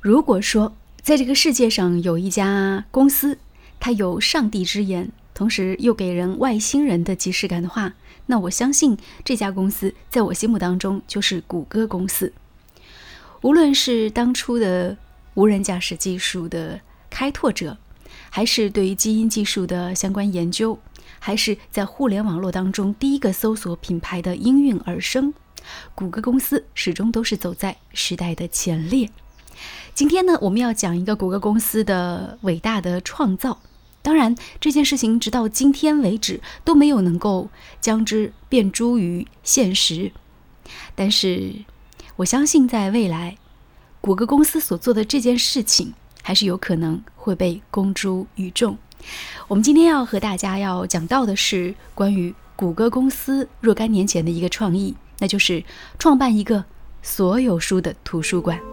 如果说在这个世界上有一家公司，它有上帝之眼，同时又给人外星人的即视感的话，那我相信这家公司在我心目当中就是谷歌公司。无论是当初的无人驾驶技术的开拓者，还是对于基因技术的相关研究，还是在互联网络当中第一个搜索品牌的应运而生，谷歌公司始终都是走在时代的前列。今天呢，我们要讲一个谷歌公司的伟大的创造。当然，这件事情直到今天为止都没有能够将之变诸于现实。但是，我相信在未来，谷歌公司所做的这件事情，还是有可能会被公诸于众。我们今天要和大家要讲到的是关于谷歌公司若干年前的一个创意，那就是创办一个所有书的图书馆。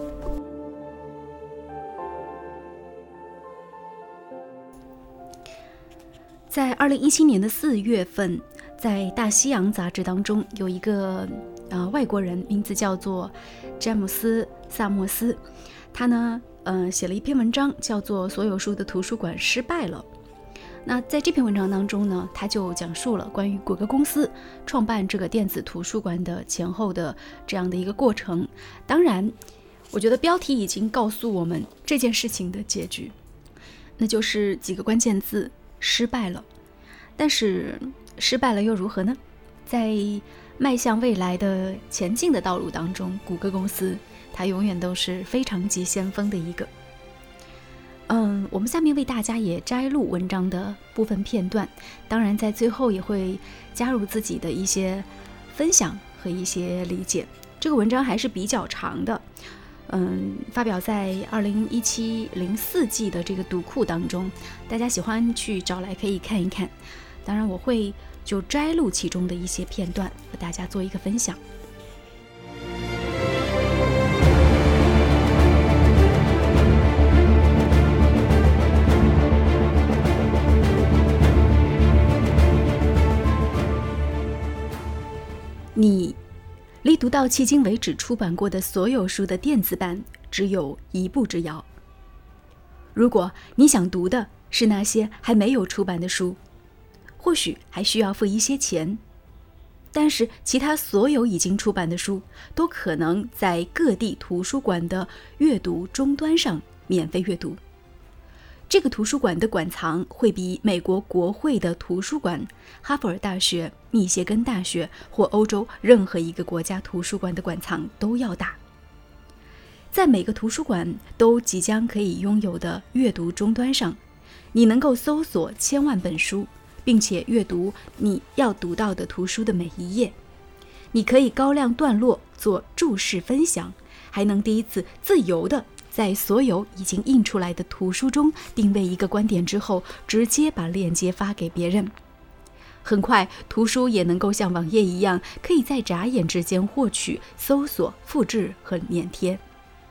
在2017年的4月份，在《大西洋》杂志当中有一个外国人，名字叫做詹姆斯·萨默斯，他呢写了一篇文章，叫做《所有书的图书馆失败了》。那在这篇文章当中呢，他就讲述了关于谷歌公司创办这个电子图书馆的前后的这样的一个过程。当然，我觉得标题已经告诉我们这件事情的结局，那就是几个关键字：失败了。但是失败了又如何呢？在迈向未来的前进的道路当中，谷歌公司它永远都是非常急先锋的一个。我们下面为大家也摘录文章的部分片段，当然在最后也会加入自己的一些分享和一些理解。这个文章还是比较长的，发表在2017-04季的这个读库当中，大家喜欢去找来可以看一看。当然我会就摘录其中的一些片段和大家做一个分享。你离读到迄今为止出版过的所有书的电子版只有一步之遥。如果你想读的是那些还没有出版的书，或许还需要付一些钱，但是其他所有已经出版的书都可能在各地图书馆的阅读终端上免费阅读。这个图书馆的馆藏会比美国国会的图书馆、哈佛大学、密歇根大学或欧洲任何一个国家图书馆的馆藏都要大。在每个图书馆都即将可以拥有的阅读终端上，你能够搜索千万本书，并且阅读你要读到的图书的每一页。你可以高亮段落做注释分享，还能第一次自由地在所有已经印出来的图书中定位一个观点之后，直接把链接发给别人。很快，图书也能够像网页一样，可以在眨眼之间获取、搜索、复制和粘贴。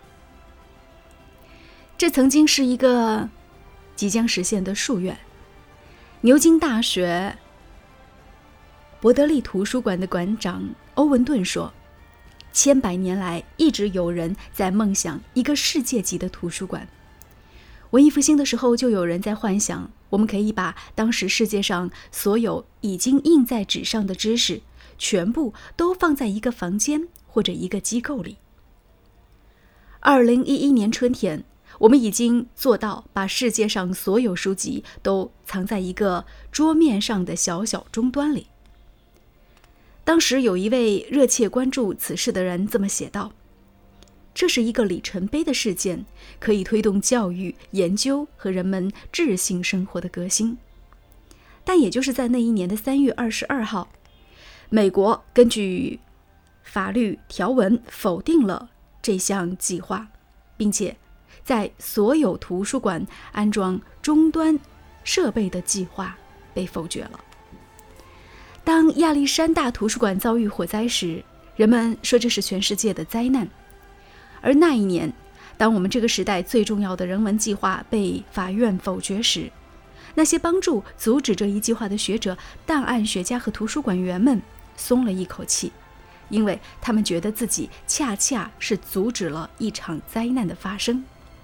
这曾经是一个即将实现的夙愿。牛津大学伯德利图书馆的馆长欧文顿说，千百年来一直有人在梦想一个世界级的图书馆。文艺复兴的时候就有人在幻想，我们可以把当时世界上所有已经印在纸上的知识全部都放在一个房间或者一个机构里。2011年春天，我们已经做到把世界上所有书籍都藏在一个桌面上的小小终端里。当时有一位热切关注此事的人这么写道，这是一个里程碑的事件，可以推动教育、研究和人们智性生活的革新。但也就是在那一年的3月22号，美国根据法律条文否定了这项计划，并且在所有图书馆安装终端设备的计划被否决了。当亚历山大图书馆遭遇火灾时，人们说这是全世界的灾难。而那一年，当我们这个时代最重要的人文计划被法院否决时，那些帮助阻止这一计划的学者、档案学家和图书馆员们松了一口气， 因为他们觉得自己恰恰是阻止了一场灾难的发生。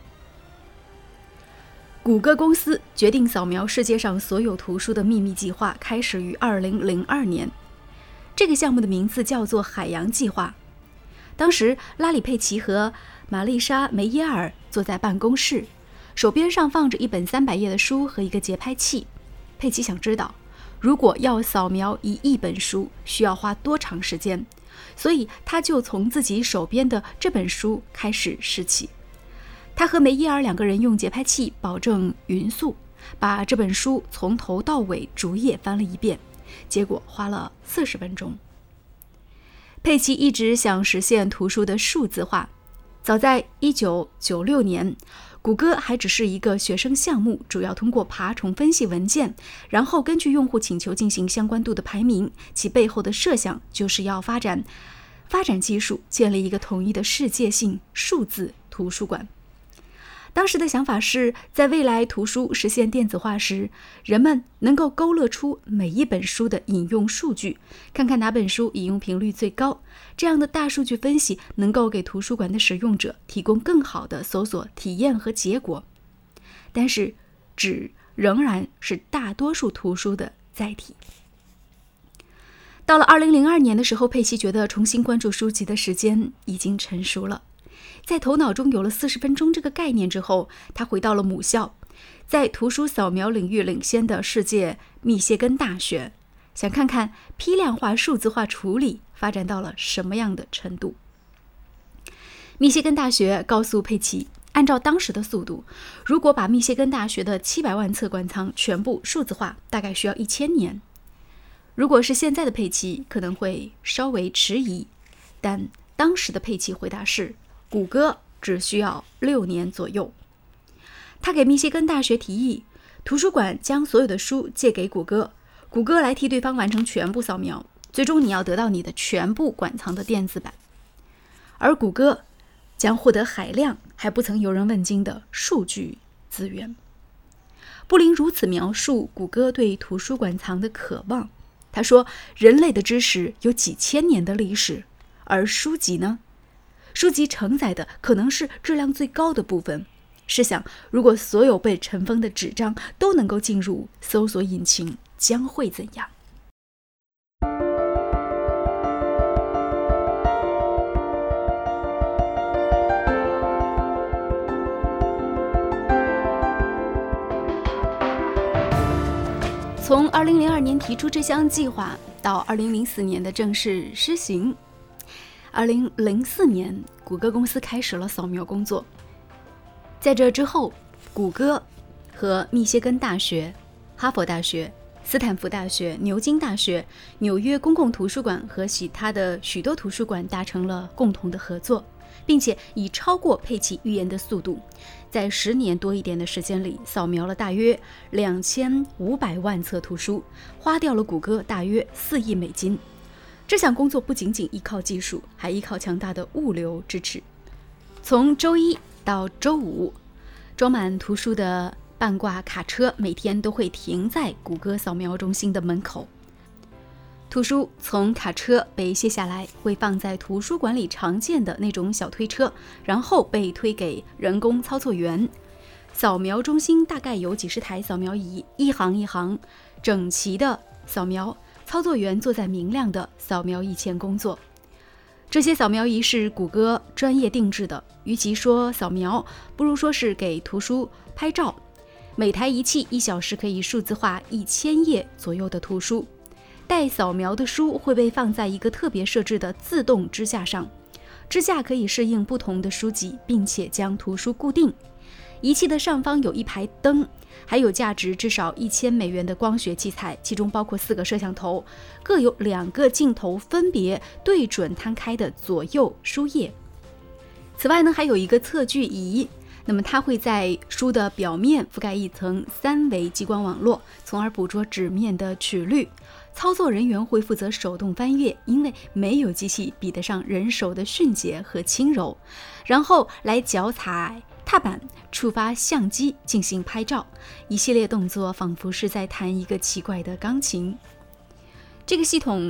谷歌公司决定扫描世界上所有图书的秘密计划开始于2002年，这个项目的名字叫做海洋计划。当时拉里·佩奇和玛丽莎·梅耶尔坐在办公室，手边上放着一本300页的书和一个节拍器。佩奇想知道，如果要扫描1亿本书，需要花多长时间，所以他就从自己手边的这本书开始试起。他和梅耶尔2个人用节拍器保证匀速，把这本书从头到尾逐页翻了一遍，结果花了40分钟。佩奇一直想实现图书的数字化。早在1996年，谷歌还只是一个学生项目，主要通过爬虫分析文件，然后根据用户请求进行相关度的排名。其背后的设想就是要发展技术，建立一个统一的世界性数字图书馆。当时的想法是，在未来图书实现电子化时，人们能够勾勒出每一本书的引用数据，看看哪本书引用频率最高。这样的大数据分析能够给图书馆的使用者提供更好的搜索体验和结果。但是，纸仍然是大多数图书的载体。到了2002年的时候，佩奇觉得重新关注书籍的时间已经成熟了。在头脑中有了40分钟这个概念之后，他回到了母校，在图书扫描领域领先的世界密歇根大学，想看看批量化数字化处理发展到了什么样的程度。密歇根大学告诉佩奇，按照当时的速度，如果把密歇根大学的700万册馆藏全部数字化，大概需要1000年。如果是现在的佩奇，可能会稍微迟疑，但当时的佩奇回答是，谷歌只需要6年左右。他给密歇根大学提议，图书馆将所有的书借给谷歌，谷歌来替对方完成全部扫描，最终你要得到你的全部馆藏的电子版，而谷歌将获得海量还不曾有人问津的数据资源。布林如此描述谷歌对图书馆藏的渴望，他说，人类的知识有几千年的历史，而书籍呢？书籍承载的可能是质量最高的部分。试想，如果所有被尘封的纸张都能够进入搜索引擎，将会怎样？从2002年提出这项计划到2004年的正式施行，2004年，谷歌公司开始了扫描工作。在这之后，谷歌和密歇根大学、哈佛大学、斯坦福大学、牛津大学、纽约公共图书馆和其他的许多图书馆达成了共同的合作，并且以超过佩奇预言的速度，在10年多一点的时间里，扫描了大约2500万册图书，花掉了谷歌大约4亿美金。这项工作不仅仅依靠技术，还依靠强大的物流支持。从周一到周五，装满图书的半挂卡车每天都会停在谷歌扫描中心的门口。图书从卡车被卸下来，会放在图书馆里常见的那种小推车，然后被推给人工操作员。扫描中心大概有几十台扫描仪，一行一行整齐的扫描，操作员坐在明亮的扫描仪前工作。这些扫描仪是谷歌专业定制的，与其说扫描，不如说是给图书拍照。每台仪器1小时可以数字化1000页左右的图书。待扫描的书会被放在一个特别设置的自动支架上，支架可以适应不同的书籍，并且将图书固定。仪器的上方有一排灯，还有价值至少$1000的光学器材，其中包括4个摄像头，各有2个镜头分别对准摊开的左右书页。此外呢，还有一个测距仪，那么它会在书的表面覆盖一层3维激光网络，从而捕捉纸面的曲率。操作人员会负责手动翻阅，因为没有机器比得上人手的迅捷和轻柔，然后来脚踩踏板，触发相机进行拍照，一系列动作仿佛是在弹一个奇怪的钢琴。这个系统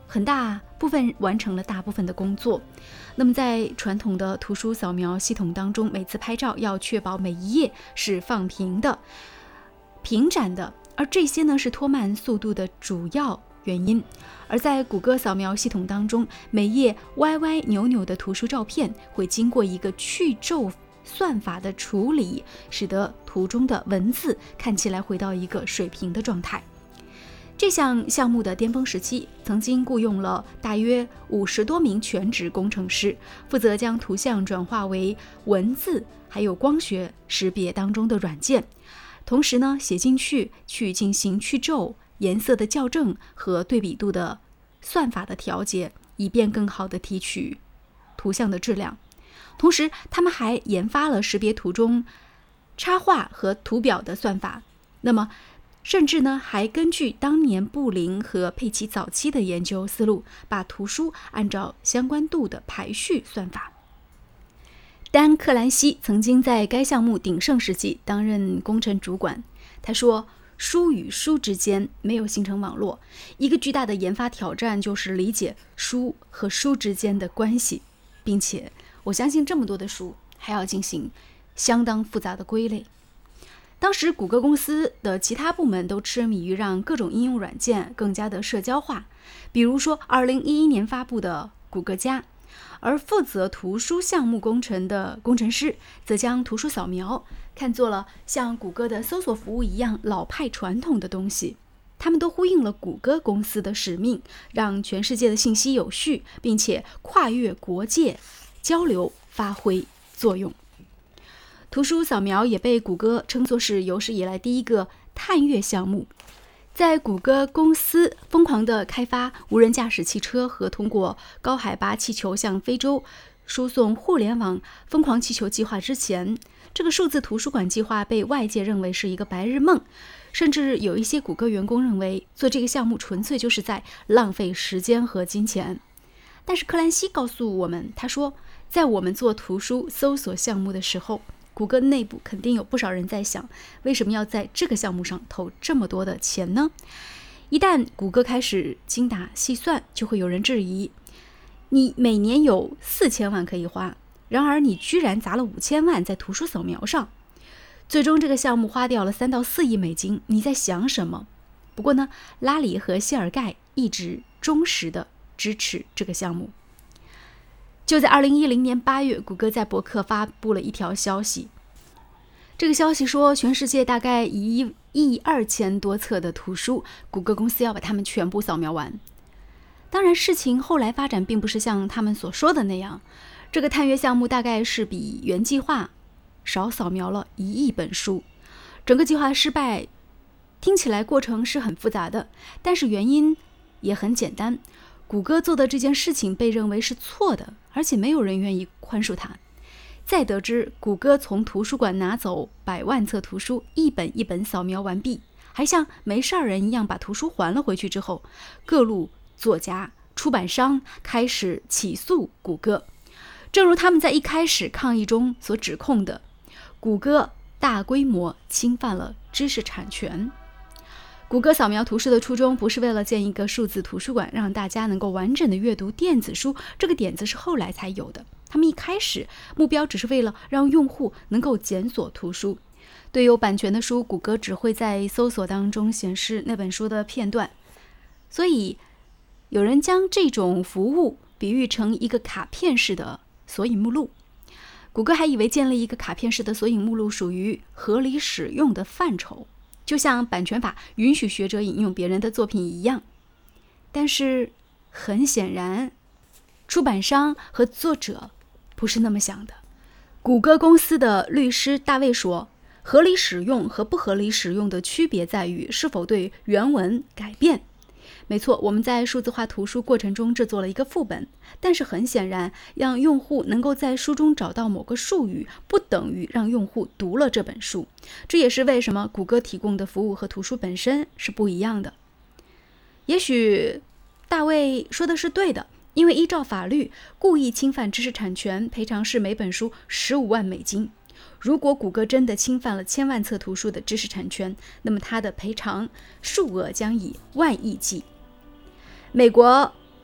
很大部分完成了大部分的工作。那么在传统的图书扫描系统当中，每次拍照要确保每一页是放平的、平展的，而这些呢是拖慢速度的主要原因。而在谷歌扫描系统当中，每页歪歪扭扭的图书照片会经过一个去皱算法的处理，使得图中的文字看起来回到一个水平的状态。这项项目的巅峰时期，曾经雇佣了大约50多名全职工程师，负责将图像转化为文字，还有光学识别当中的软件，同时呢写进去进行去皱、颜色的校正和对比度的算法的调节，以便更好的提取图像的质量。同时，他们还研发了识别图中插画和图表的算法。那么甚至呢，还根据当年布林和佩奇早期的研究思路，把图书按照相关度的排序算法。丹·克兰西曾经在该项目鼎盛时期担任工程主管。他说，书与书之间没有形成网络，一个巨大的研发挑战就是理解书和书之间的关系，并且我相信这么多的书还要进行相当复杂的归类。当时谷歌公司的其他部门都痴迷于让各种应用软件更加的社交化，比如说2011年发布的谷歌家，而负责图书项目工程的工程师则将图书扫描看作了像谷歌的搜索服务一样老派传统的东西。他们都呼应了谷歌公司的使命，让全世界的信息有序并且跨越国界交流发挥作用。图书扫描也被谷歌称作是有史以来第一个探月项目。在谷歌公司疯狂地开发无人驾驶汽车和通过高海拔气球向非洲输送互联网疯狂气球计划之前，这个数字图书馆计划被外界认为是一个白日梦，甚至有一些谷歌员工认为做这个项目纯粹就是在浪费时间和金钱。但是克兰西告诉我们，他说，在我们做图书搜索项目的时候，谷歌内部肯定有不少人在想，为什么要在这个项目上投这么多的钱呢？一旦谷歌开始精打细算，就会有人质疑，你每年有4000万可以花，然而你居然砸了5000万在图书扫描上，最终这个项目花掉了3到4亿美金，你在想什么？不过呢，拉里和谢尔盖一直忠实的支持这个项目。就在2010年8月，谷歌在博客发布了一条消息。这个消息说，全世界大概1亿2000多册的图书，谷歌公司要把它们全部扫描完。当然，事情后来发展并不是像他们所说的那样，这个探月项目大概是比原计划少扫描了1亿本书。整个计划失败，听起来过程是很复杂的，但是原因也很简单。谷歌做的这件事情被认为是错的，而且没有人愿意宽恕它。再得知谷歌从图书馆拿走100万册图书，一本一本扫描完毕，还像没事人一样把图书还了回去之后，各路作家、出版商开始起诉谷歌。正如他们在一开始抗议中所指控的，谷歌大规模侵犯了知识产权。谷歌扫描图书的初衷不是为了建一个数字图书馆，让大家能够完整的阅读电子书，这个点子是后来才有的。他们一开始目标只是为了让用户能够检索图书。对有版权的书，谷歌只会在搜索当中显示那本书的片段。所以有人将这种服务比喻成一个卡片式的索引目录。谷歌还以为建立一个卡片式的索引目录属于合理使用的范畴，就像版权法允许学者引用别人的作品一样。但是很显然，出版商和作者不是那么想的。谷歌公司的律师大卫说，合理使用和不合理使用的区别在于是否对原文改变。没错，我们在数字化图书过程中制作了一个副本，但是很显然，让用户能够在书中找到某个术语，不等于让用户读了这本书。这也是为什么谷歌提供的服务和图书本身是不一样的。也许大卫说的是对的，因为依照法律，故意侵犯知识产权赔偿是每本书15万美金。如果谷歌真的侵犯了1000万册图书的知识产权，那么它的赔偿数额将以万亿计。美国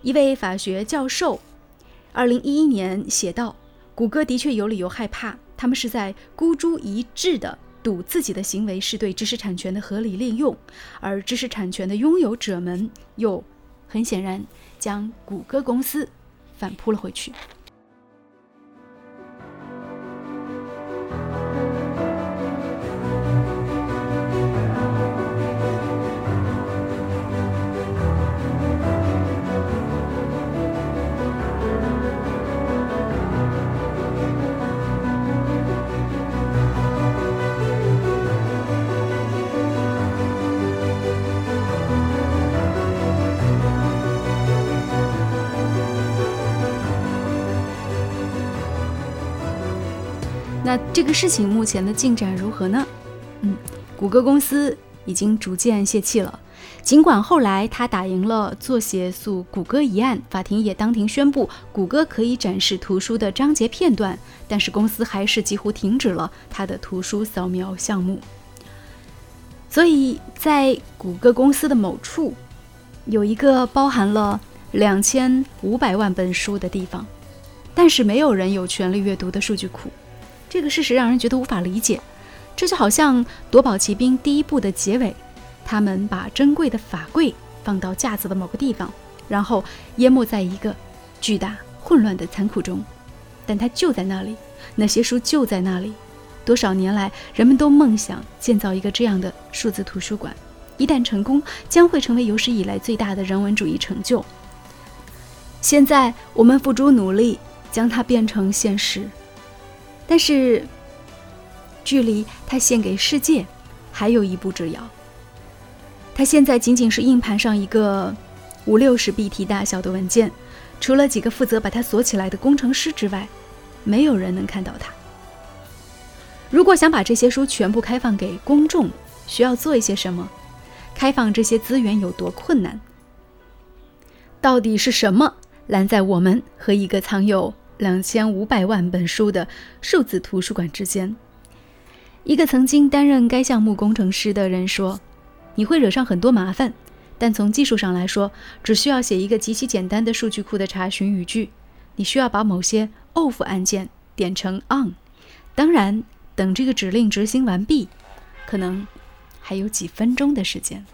一位法学教授2011年写道，谷歌的确有理由害怕，他们是在孤注一掷地赌自己的行为是对知识产权的合理利用，而知识产权的拥有者们又很显然将谷歌公司反扑了回去。那这个事情目前的进展如何呢？谷歌公司已经逐渐泄气了。尽管后来他打赢了作协诉谷歌一案，法庭也当庭宣布谷歌可以展示图书的章节片段，但是公司还是几乎停止了他的图书扫描项目。所以在谷歌公司的某处有一个包含了2500万本书的地方，但是没有人有权利阅读的数据库。这个事实让人觉得无法理解，这就好像夺宝奇兵第一部的结尾，他们把珍贵的法柜放到架子的某个地方，然后淹没在一个巨大混乱的残酷中，但它就在那里，那些书就在那里。多少年来，人们都梦想建造一个这样的数字图书馆，一旦成功，将会成为有史以来最大的人文主义成就。现在我们付诸努力，将它变成现实。但是距离它献给世界还有一步之遥。它现在仅仅是硬盘上一个50-60 BT 大小的文件，除了几个负责把它锁起来的工程师之外，没有人能看到它。如果想把这些书全部开放给公众，需要做一些什么？开放这些资源有多困难？到底是什么拦在我们和一个藏有2500万本书的数字图书馆之间？一个曾经担任该项目工程师的人说，你会惹上很多麻烦，但从技术上来说，只需要写一个极其简单的数据库的查询语句，你需要把某些 off 按键点成 on， 当然等这个指令执行完毕，可能还有几分钟的时间。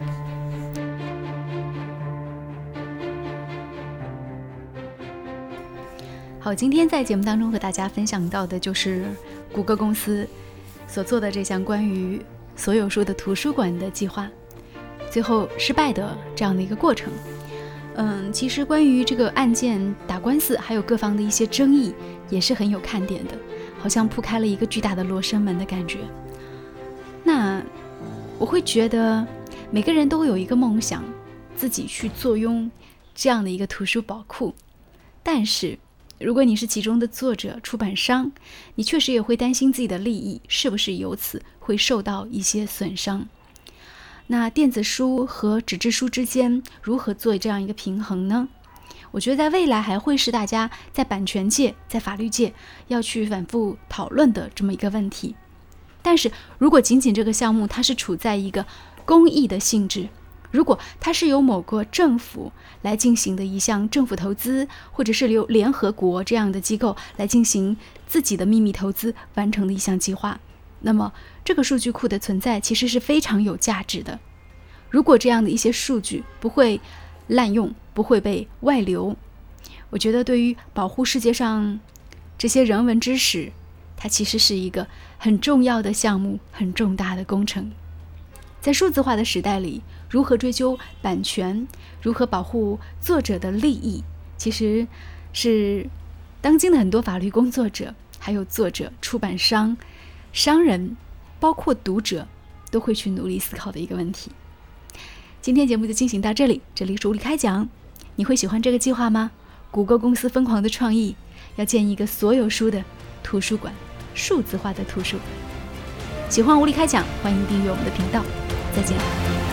好，今天在节目当中和大家分享到的就是谷歌公司所做的这项关于所有书的图书馆的计划，最后失败的这样的一个过程。其实关于这个案件打官司还有各方的一些争议也是很有看点的，好像铺开了一个巨大的罗生门的感觉。那我会觉得每个人都会有一个梦想，自己去坐拥这样的一个图书宝库，但是如果你是其中的作者、出版商，你确实也会担心自己的利益是不是由此会受到一些损伤。那电子书和纸质书之间如何做这样一个平衡呢？我觉得在未来还会是大家在版权界、在法律界要去反复讨论的这么一个问题。但是如果仅仅这个项目它是处在一个公益的性质，如果它是由某个政府来进行的一项政府投资，或者是由联合国这样的机构来进行自己的秘密投资完成的一项计划，那么这个数据库的存在其实是非常有价值的。如果这样的一些数据不会滥用，不会被外流，我觉得对于保护世界上这些人文知识，它其实是一个很重要的项目，很重大的工程。在数字化的时代里，如何追究版权，如何保护作者的利益，其实是当今的很多法律工作者，还有作者、出版商、商人，包括读者，都会去努力思考的一个问题。今天节目就进行到这里，这里是无理开讲。你会喜欢这个计划吗？谷歌公司疯狂的创意，要建一个所有书的图书馆，数字化的图书馆。喜欢无理开讲，欢迎订阅我们的频道。再见。